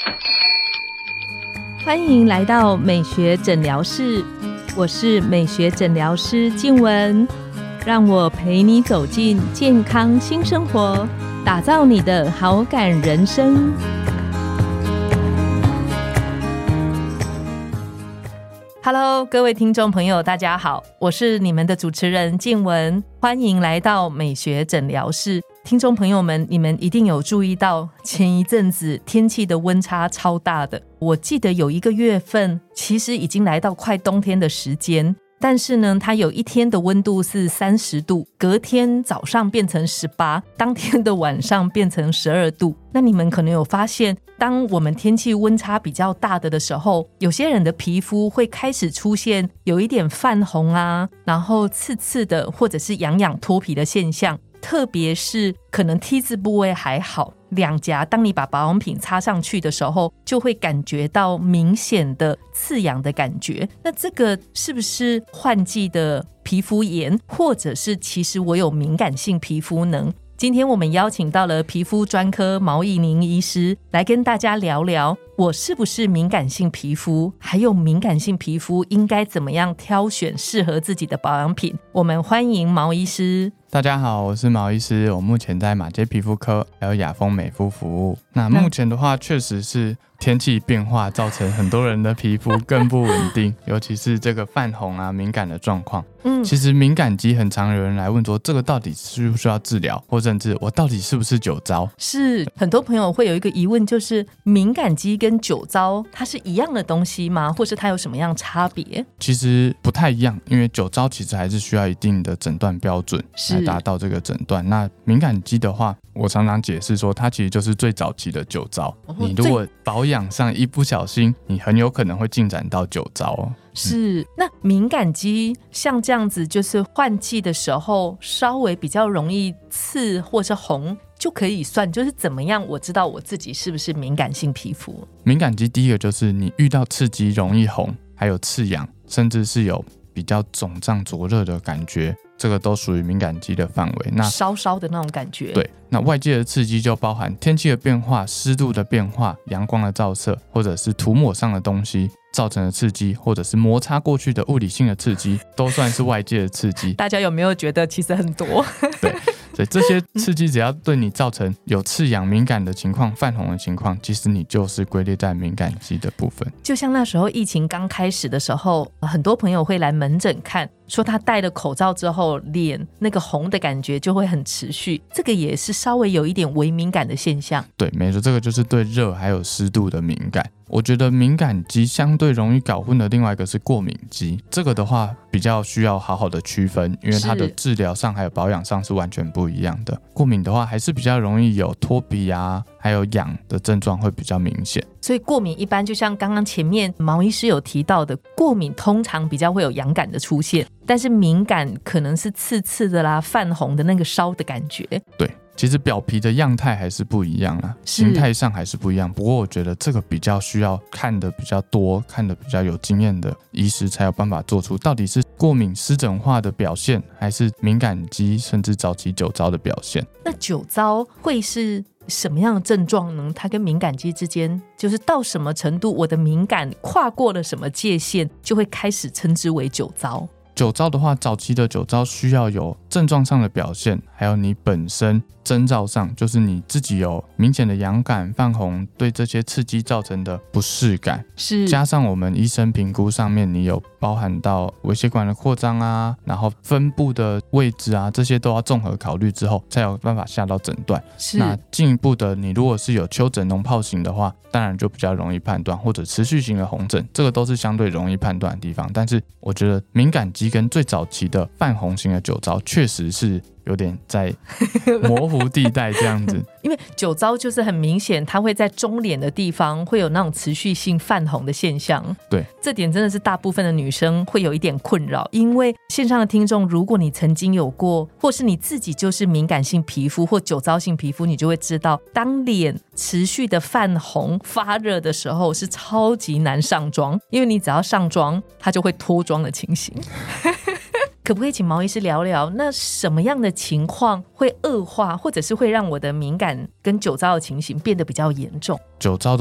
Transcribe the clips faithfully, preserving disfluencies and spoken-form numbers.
欢迎来到美学诊疗室，我是美学诊疗师静雯，让我陪你走进健康新生活，打造你的好感人生。Hello， 各位听众朋友，大家好，我是你们的主持人静雯，欢迎来到美学诊疗室。听众朋友们，你们一定有注意到前一阵子天气的温差超大的，我记得有一个月份其实已经来到快冬天的时间，但是呢它有一天的温度是三十度，隔天早上变成十八，当天的晚上变成十二度。那你们可能有发现，当我们天气温差比较大的的时候，有些人的皮肤会开始出现有一点泛红啊，然后刺刺的，或者是痒痒脱皮的现象，特别是可能 T 字部位还好，两颊当你把保养品擦上去的时候，就会感觉到明显的刺痒的感觉。那这个是不是换季的皮肤炎，或者是其实我有敏感性皮肤呢？今天我们邀请到了皮肤专科毛以宁医师来跟大家聊聊，我是不是敏感性皮肤，还有敏感性皮肤应该怎么样挑选适合自己的保养品。我们欢迎毛医师。 大家好，我是毛医师，我目前在马偕皮肤科还有雅丰美肤服务。那目前的话，确实是天气变化造成很多人的皮肤更不稳定，尤其是这个泛红啊、敏感的状况。嗯，其实敏感肌很常有人来问说，这个到底需不需要治疗，或甚至我到底是不是酒糟？ 是，很多朋友会有一个疑问，就是敏感肌跟酒糟它是一样的东西吗？或是它有什么样差别？ 其实不太一样，因为酒糟其实还是需要一定的诊断标准来达到这个诊断。那敏感肌的话，我常常解释说，它其实就是最早期的酒糟。哦，你如果保养上一不小心，你很有可能会进展到酒糟哦。 是，嗯，那敏感肌像这样子，就是换季的时候稍微比较容易刺或是红，就可以算就是怎么样我知道我自己是不是敏感性皮肤。 敏感肌第一个就是你遇到刺激容易红，还有刺痒，甚至是有比较肿胀灼热的感觉，这个都属于敏感肌的范围。那烧烧的那种感觉。 对，那外界的刺激就包含天气的变化、湿度的变化、阳光的照射，或者是涂抹上的东西造成的刺激，或者是摩擦过去的物理性的刺激，都算是外界的刺激。 大家有没有觉得其实很多？ 对，所以这些刺激只要对你造成有刺痒、敏感的情况、泛红的情况，其实你就是归类在敏感肌的部分。 就像那时候疫情刚开始的时候，很多朋友会来门诊看，说他戴了口罩之后，脸那个红的感觉就会很持续，这个也是稍微有一点微敏感的现象。 对，没错，这个就是对热还有湿度的敏感。我觉得敏感肌相对容易搞混的另外一个是过敏肌，这个的话比较需要好好的区分，因为它的治疗上还有保养上是完全不一样的。过敏的话还是比较容易有脱皮啊，还有痒的症状会比较明显。 所以过敏一般就像刚刚前面毛医师有提到的，过敏通常比较会有痒感的出现，但是敏感可能是刺刺的啦、泛红的那个烧的感觉。 对，其实表皮的样态还是不一样啦，形态上还是不一样。不过我觉得这个比较需要看的比较多、看的比较有经验的医师才有办法做出到底是过敏湿疹化的表现，还是敏感肌甚至早期酒糟的表现。 那酒糟会是什么样的症状呢？它跟敏感肌之间就是到什么程度，我的敏感跨过了什么界限，就会开始称之为酒糟。 酒糟的话，早期的酒糟需要有症状上的表现，还有你本身征兆上，就是你自己有明显的痒感、泛红，对这些刺激造成的不适感， 是加上我们医生评估上面你有包含到微血管的扩张啊，然后分布的位置啊，这些都要综合考虑之后才有办法下到诊断。 是那进一步的，你如果是有丘疹脓疱型的话，当然就比较容易判断，或者持续型的红疹，这个都是相对容易判断的地方。但是我觉得敏感肌跟最早期的泛红型的酒糟确实是有点在模糊地带这样子。 因为酒糟就是很明显它会在中脸的地方会有那种持续性泛红的现象， 对， 这点真的是大部分的女生会有一点困扰。因为线上的听众，如果你曾经有过，或是你自己就是敏感性皮肤或酒糟性皮肤，你就会知道当脸持续的泛红发热的时候是超级难上妆，因为你只要上妆它就会脱妆的情形。可不可以请毛医师聊聊，那什么样的情况会恶化，或者是会让我的敏感跟酒糟的情形变得比较严重？ 酒糟的话，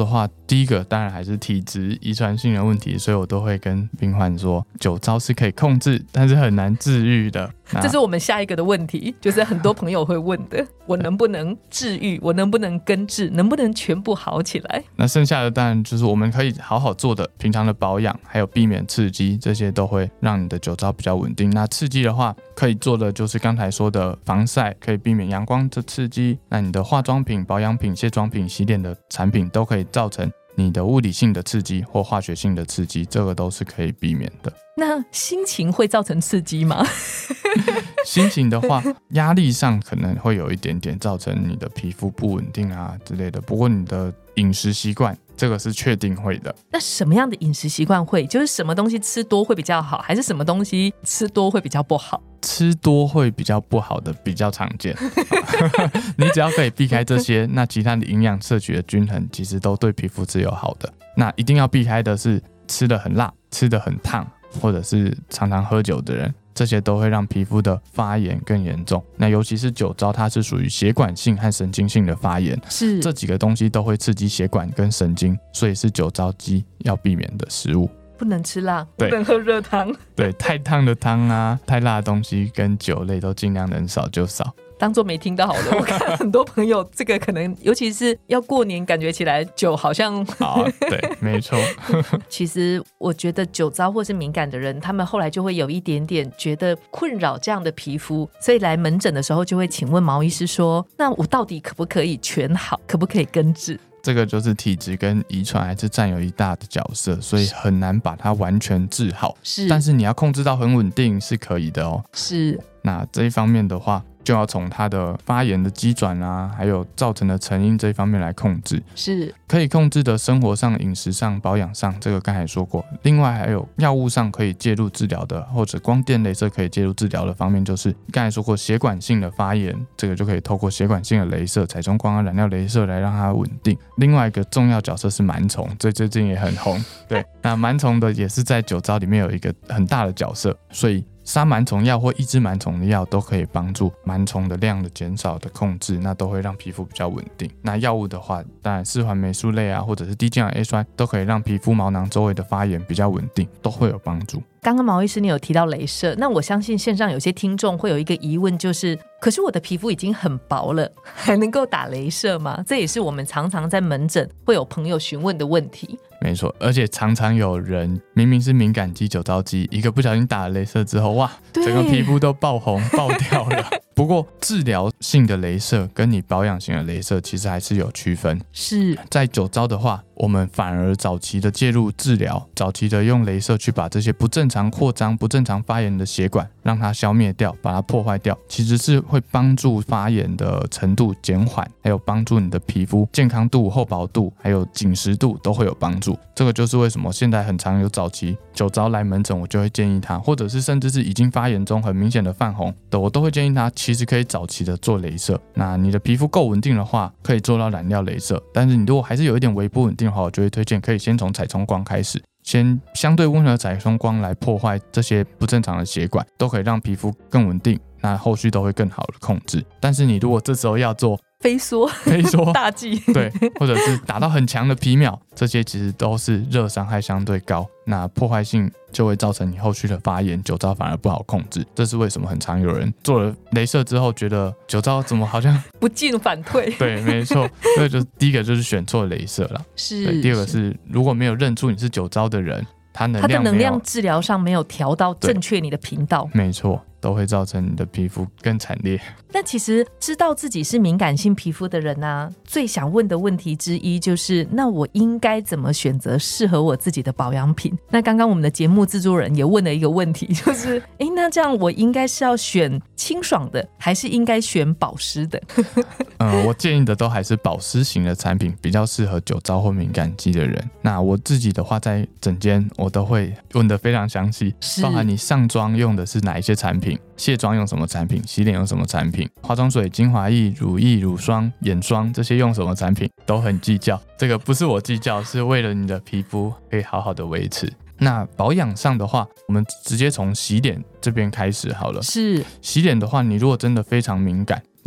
第一个当然还是体质遗传性的问题，所以我都会跟病患说，酒糟是可以控制，但是很难治愈的。 这是我们下一个的问题，就是很多朋友会问的，我能不能治愈，我能不能根治，能不能全部好起来？ 那剩下的当然就是我们可以好好做的平常的保养，还有避免刺激，这些都会让你的酒糟比较稳定。那刺激的话可以做的就是刚才说的防晒，可以避免阳光的刺激。那你的化妆品、保养品、卸妆品、洗脸的产品都可以造成你的物理性的刺激或化学性的刺激，这个都是可以避免的。 那心情会造成刺激吗？ 心情的话，压力上可能会有一点点造成你的皮肤不稳定啊之类的，不过你的饮食习惯这个是确定会的。 那什么样的饮食习惯会？就是什么东西吃多会比较好，还是什么东西吃多会比较不好？ 吃多会比较不好的比较常见你只要可以避开这些，那其他的营养摄取的均衡其实都对皮肤是有好的。那一定要避开的是吃得很辣、吃得很烫，或者是常常喝酒的人，这些都会让皮肤的发炎更严重。那尤其是酒糟，它是属于血管性和神经性的发炎， 是这几个东西都会刺激血管跟神经，所以是酒糟肌要避免的食物。 不能吃辣，不能喝热汤。 对，太烫的汤啊，太辣的东西跟酒类都尽量能少就少。 当作没听到好了。我看很多朋友这个可能尤其是要过年，感觉起来酒好像好，对，没错其实我觉得酒糟或是敏感的人，他们后来就会有一点点觉得困扰这样的皮肤，所以来门诊的时候就会请问毛医师说，那我到底可不可以全好，可不可以根治？ 这个就是体质跟遗传还是占有一大的角色，所以很难把它完全治好。 是， 但是你要控制到很稳定是可以的哦。 是， 那这一方面的话，就要从它的发炎的机转啊，还有造成的成因这一方面来控制。 是可以控制的生活上、饮食上、保养上，这个刚才说过。另外还有药物上可以介入治疗的，或者光电雷射可以介入治疗的方面，就是刚才说过血管性的发炎，这个就可以透过血管性的雷射、彩冲光啊、染料雷射来让它稳定。另外一个重要角色是螨虫，这最近也很红。对，那螨虫的也是在酒糟里面有一个很大的角色，所以杀螨虫药或抑制螨虫的药都可以帮助螨虫的量的减少的控制，那都会让皮肤比较稳定。那药物的话，当然四环霉素类啊，或者是低精氧 A 酸都可以让皮肤毛囊周围的发炎比较稳定，都会有帮助。 刚刚毛医师你有提到雷射，那我相信线上有些听众会有一个疑问，就是可是我的皮肤已经很薄了，还能够打雷射吗？这也是我们常常在门诊会有朋友询问的问题。 没错，而且常常有人明明是敏感肌、酒糟肌，一个不小心打了雷射之后，哇，整个皮肤都爆红爆掉了。不过治疗性的雷射跟你保养型的雷射其实还是有区分。 是在酒糟的话，我们反而早期的介入治疗，早期的用雷射去把这些不正常扩张、不正常发炎的血管让它消灭掉，把它破坏掉，其实是会帮助发炎的程度减缓，还有帮助你的皮肤健康度、厚薄度还有紧实度都会有帮助。这个就是为什么现在很常有早期酒糟来门诊，我就会建议他，或者是甚至是已经发炎中很明显的泛红的，我都会建议他其实可以早期的做雷射。那你的皮肤够稳定的话，可以做到染料雷射，但是你如果还是有一点微不稳定的话，我就会推荐可以先从彩冲光开始，先相对温和的彩冲光来破坏这些不正常的血管，都可以让皮肤更稳定，那后续都会更好的控制。但是你如果这时候要做飞梭飞梭大忌， 对，或者是打到很强的皮秒，这些其实都是热伤害相对高，那破坏性就会造成你后续的发炎，酒糟反而不好控制。这是为什么很常有人做了雷射之后觉得酒糟怎么好像不进反退。 对，没错。所以就第一个就是选错雷射了， 是。 第二个是如果没有认出你是酒糟的人，他能量他的能量治疗上没有调到正确你的频道， 没错，都会造成你的皮肤更惨烈。 但其实知道自己是敏感性皮肤的人啊，最想问的问题之一就是那我应该怎么选择适合我自己的保养品？那刚刚我们的节目制作人也问了一个问题，就是诶那这样我应该是要选清爽的还是应该选保湿的？ 嗯，我建议的都还是保湿型的产品比较适合酒糟或敏感肌的人。那我自己的话在诊间我都会问得非常详细，包含你上妆用的是哪一些产品，卸妆用什么产品，洗脸用什么产品，化妆水、精华液、乳液、乳霜、眼霜这些用什么产品都很计较。这个不是我计较，是为了你的皮肤可以好好的维持。那保养上的话，我们直接从洗脸这边开始好了。 是， 洗脸的话，你如果真的非常敏感，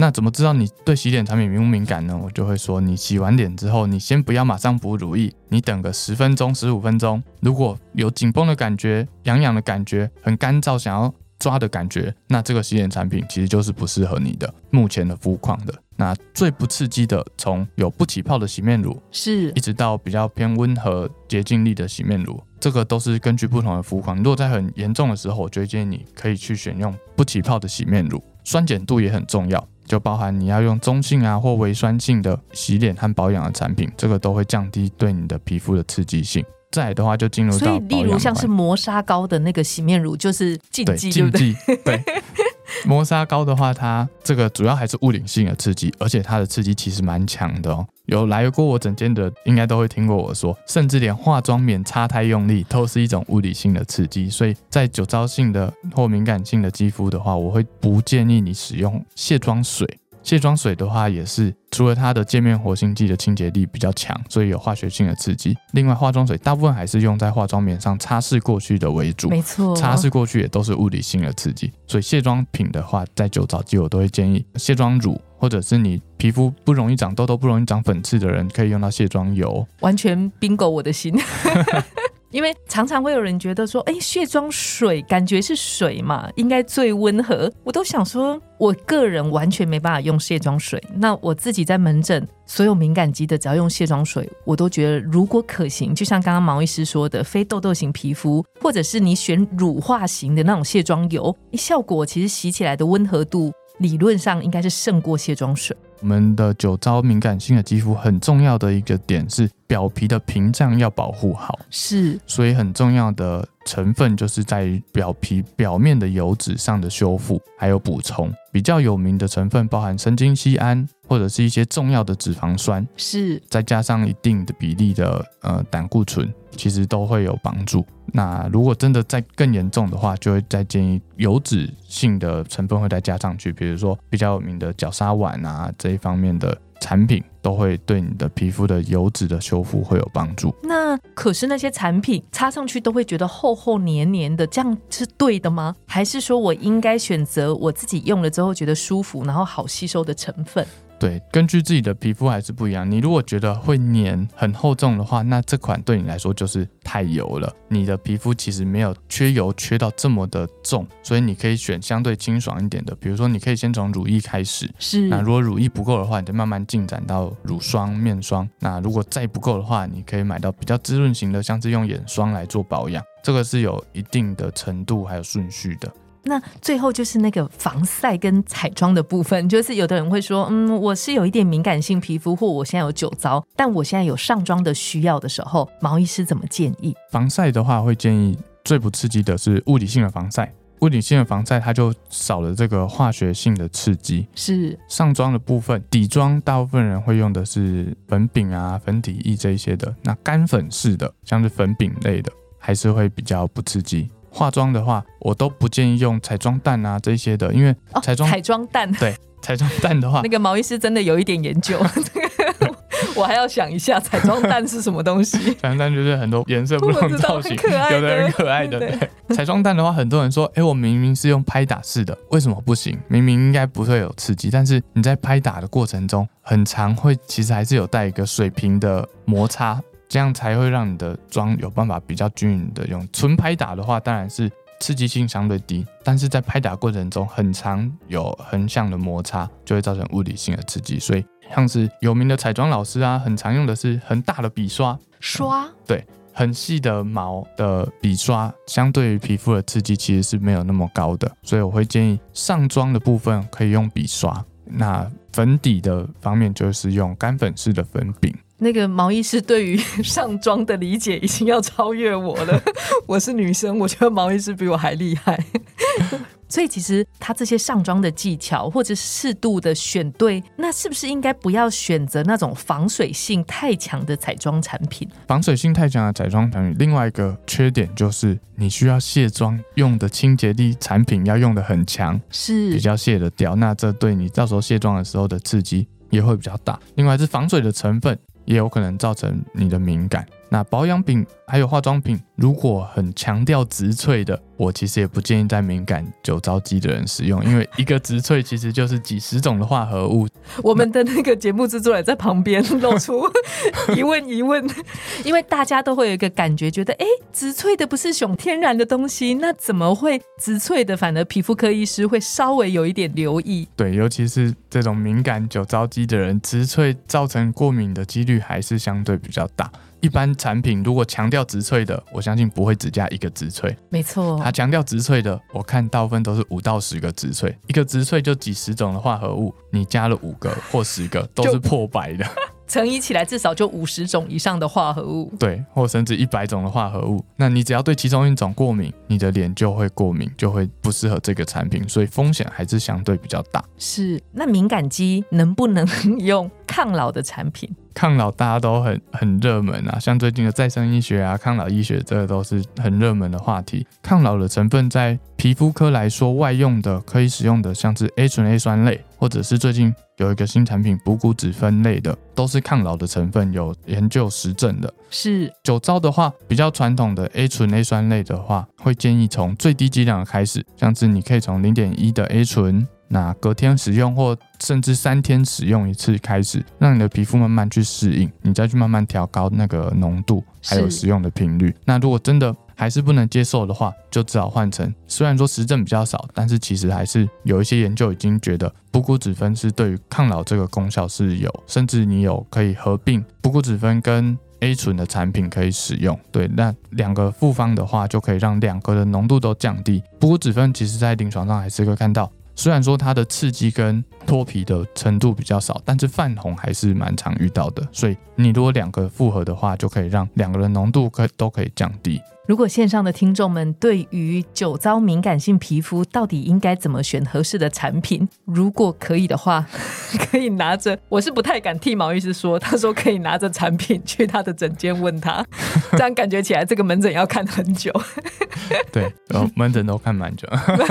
那怎么知道你对洗脸产品敏不敏感呢？我就会说，你洗完脸之后，你先不要马上补乳液，你等个十分钟、十五分钟，如果有紧绷的感觉、痒痒的感觉、很干燥想要抓的感觉，那这个洗脸产品其实就是不适合你的目前的肤况的。那最不刺激的，从有不起泡的洗面乳是一直到比较偏温和洁净力的洗面乳，这个都是根据不同的肤况。如果在很严重的时候，我就会建议你可以去选用不起泡的洗面乳。酸碱度也很重要，就包含你要用中性啊或微酸性的洗脸和保养的产品，这个都会降低对你的皮肤的刺激性。再来的话就进入到保养， 所以例如像是磨砂膏的那个洗面乳就是禁忌， 对， 对不对？ 禁忌，对。磨砂膏的话，它这个主要还是物理性的刺激，而且它的刺激其实蛮强的哦。有来过我诊间的应该都会听过我说，甚至连化妆棉擦太用力都是一种物理性的刺激。所以在酒糟性的或敏感性的肌肤的话，我会不建议你使用卸妆水。卸妆水的话也是除了它的界面活性剂的清洁力比较强，所以有化学性的刺激。另外化妆水大部分还是用在化妆棉上擦拭过去的为主， 没错， 擦拭过去也都是物理性的刺激。所以卸妆品的话，在酒糟肌我都会建议卸妆乳，或者是你皮肤不容易长痘痘、不容易长粉刺的人可以用到卸妆油。 完全 bingo 我的心因为常常会有人觉得说，哎，卸妆水感觉是水嘛，应该最温和。我都想说，我个人完全没办法用卸妆水。那我自己在门诊，所有敏感肌的只要用卸妆水，我都觉得如果可行，就像刚刚毛医师说的，非痘痘型皮肤，或者是你选乳化型的那种卸妆油，效果其实洗起来的温和度理论上应该是胜过卸妆水。 我们的酒糟敏感性的肌肤很重要的一个点是表皮的屏障要保护好， 是， 所以很重要的成分就是在于表皮表面的油脂上的修复还有补充。比较有名的成分包含神经酰胺或者是一些重要的脂肪酸， 是， 再加上一定的比例的呃胆固醇，其实都会有帮助。那如果真的再更严重的话，就会再建议油脂性的成分会再加上去，比如说比较有名的角鲨烷啊这一方面的产品都会对你的皮肤的油脂的修复会有帮助。 那可是那些产品擦上去都会觉得厚厚黏黏的，这样是对的吗？还是说我应该选择我自己用了之后觉得舒服然后好吸收的成分？ 对，根据自己的皮肤还是不一样。你如果觉得会黏很厚重的话，那这款对你来说就是太油了。你的皮肤其实没有缺油缺到这么的重，所以你可以选相对清爽一点的，比如说你可以先从乳液开始， 是。 那如果乳液不够的话，你就慢慢进展到乳霜、面霜。那如果再不够的话，你可以买到比较滋润型的，像是用眼霜来做保养，这个是有一定的程度还有顺序的。 那最后就是那个防晒跟彩妆的部分，就是有的人会说，嗯，我是有一点敏感性皮肤，或我现在有酒糟，但我现在有上妆的需要的时候，毛医师怎么建议？ 防晒的话，会建议最不刺激的是物理性的防晒。物理性的防晒它就少了这个化学性的刺激。 是。 上妆的部分，底妆大部分人会用的是粉饼啊、粉底液这一些的，那干粉式的，像是粉饼类的，还是会比较不刺激。化妆的话，我都不建议用彩妆蛋啊这些的，因为彩妆、 哦、彩妆蛋， 对，彩妆蛋的话， 那个毛医师真的有一点研究，我还要想一下彩妆蛋是什么东西。 彩妆蛋就是很多颜色不同的造型，有的人可爱的。对，彩妆蛋的话，很多人说，哎，我明明是用拍打式的，为什么不行？明明应该不会有刺激，但是你在拍打的过程中，很常会其实还是有带一个水平的摩擦。这样才会让你的妆有办法比较均匀的用。纯拍打的话，当然是刺激性相对低，但是在拍打过程中很常有横向的摩擦，就会造成物理性的刺激。所以像是有名的彩妆老师啊，很常用的是很大的笔刷刷、 嗯、对，很细的毛的笔刷，相对于皮肤的刺激其实是没有那么高的，所以我会建议上妆的部分可以用笔刷，那粉底的方面就是用干粉式的粉饼。 那个毛医师对于上妆的理解已经要超越我了我是女生，我觉得毛医师比我还厉害所以其实他这些上妆的技巧或者适度的选对，那是不是应该不要选择那种防水性太强的彩妆产品？ 防水性太强的彩妆产品另外一个缺点就是你需要卸妆用的清洁力产品要用的很强， 是比较卸得掉，那这对你到时候卸妆的时候的刺激也会比较大。另外是防水的成分也有可能造成你的敏感， 那保养品还有化妆品如果很强调植萃的，我其实也不建议在敏感酒糟肌的人使用，因为一个植萃其实就是几十种的化合物。 我们的那个节目制作人在旁边露出疑问疑问，因为大家都会有一个感觉，觉得哎，植萃的不是熊天然的东西，那怎么会植萃的？反而皮肤科医师会稍微有一点留意。 对，尤其是这种敏感酒糟肌的人，植萃造成过敏的几率还是相对比较大。一般产品如果强调植萃的，我相信不会只加一个植萃。 没错， 它强调植萃的，我看大部分都是五到十个植萃，一个植萃就几十种的化合物，你加了五个或十个都是破百的。 乘以起来至少就五十种以上的化合物， 对，或甚至一百种的化合物。那你只要对其中一种过敏，你的脸就会过敏，就会不适合这个产品，所以风险还是相对比较大。 是，那敏感肌能不能用抗老的产品？ 抗老大家都很很热门啊，像最近的再生医学啊、抗老医学，这个都是很热门的话题。抗老的成分在皮肤科来说，外用的可以使用的，像是 A 醇 A 酸类，或者是最近有一个新产品补骨脂分类的，都是抗老的成分，有研究实证的。 是酒糟的话，比较传统的 A 醇 A 酸类的话，会建议从最低剂量的开始，像是你可以从 零点一 的 A 醇，那隔天使用或甚至三天使用一次开始，让你的皮肤慢慢去适应，你再去慢慢调高那个浓度还有使用的频率。那如果真的还是不能接受的话，就只好换成，虽然说实证比较少，但是其实还是有一些研究已经觉得补骨脂分是对于抗老这个功效是有，甚至你有可以合并补骨脂分跟 A 醇的产品可以使用。对，那两个复方的话就可以让两个的浓度都降低。补骨脂分其实在临床上还是会看到，虽然说它的刺激跟脱皮的程度比较少，但是泛红还是蛮常遇到的，所以你如果两个复合的话，就可以让两个的浓度可都可以降低。 如果线上的听众们对于酒糟敏感性皮肤到底应该怎么选合适的产品，如果可以的话，可以拿着，我是不太敢替毛医师说，他说可以拿着产品去他的诊间问他，这样感觉起来这个门诊要看很久。 对，门诊都看蛮久。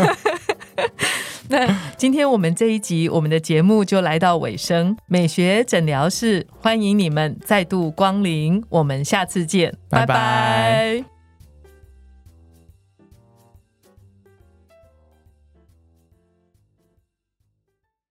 那今天我们这一集我们的节目就来到尾声，美学诊疗室欢迎你们再度光临，我们下次见，拜拜。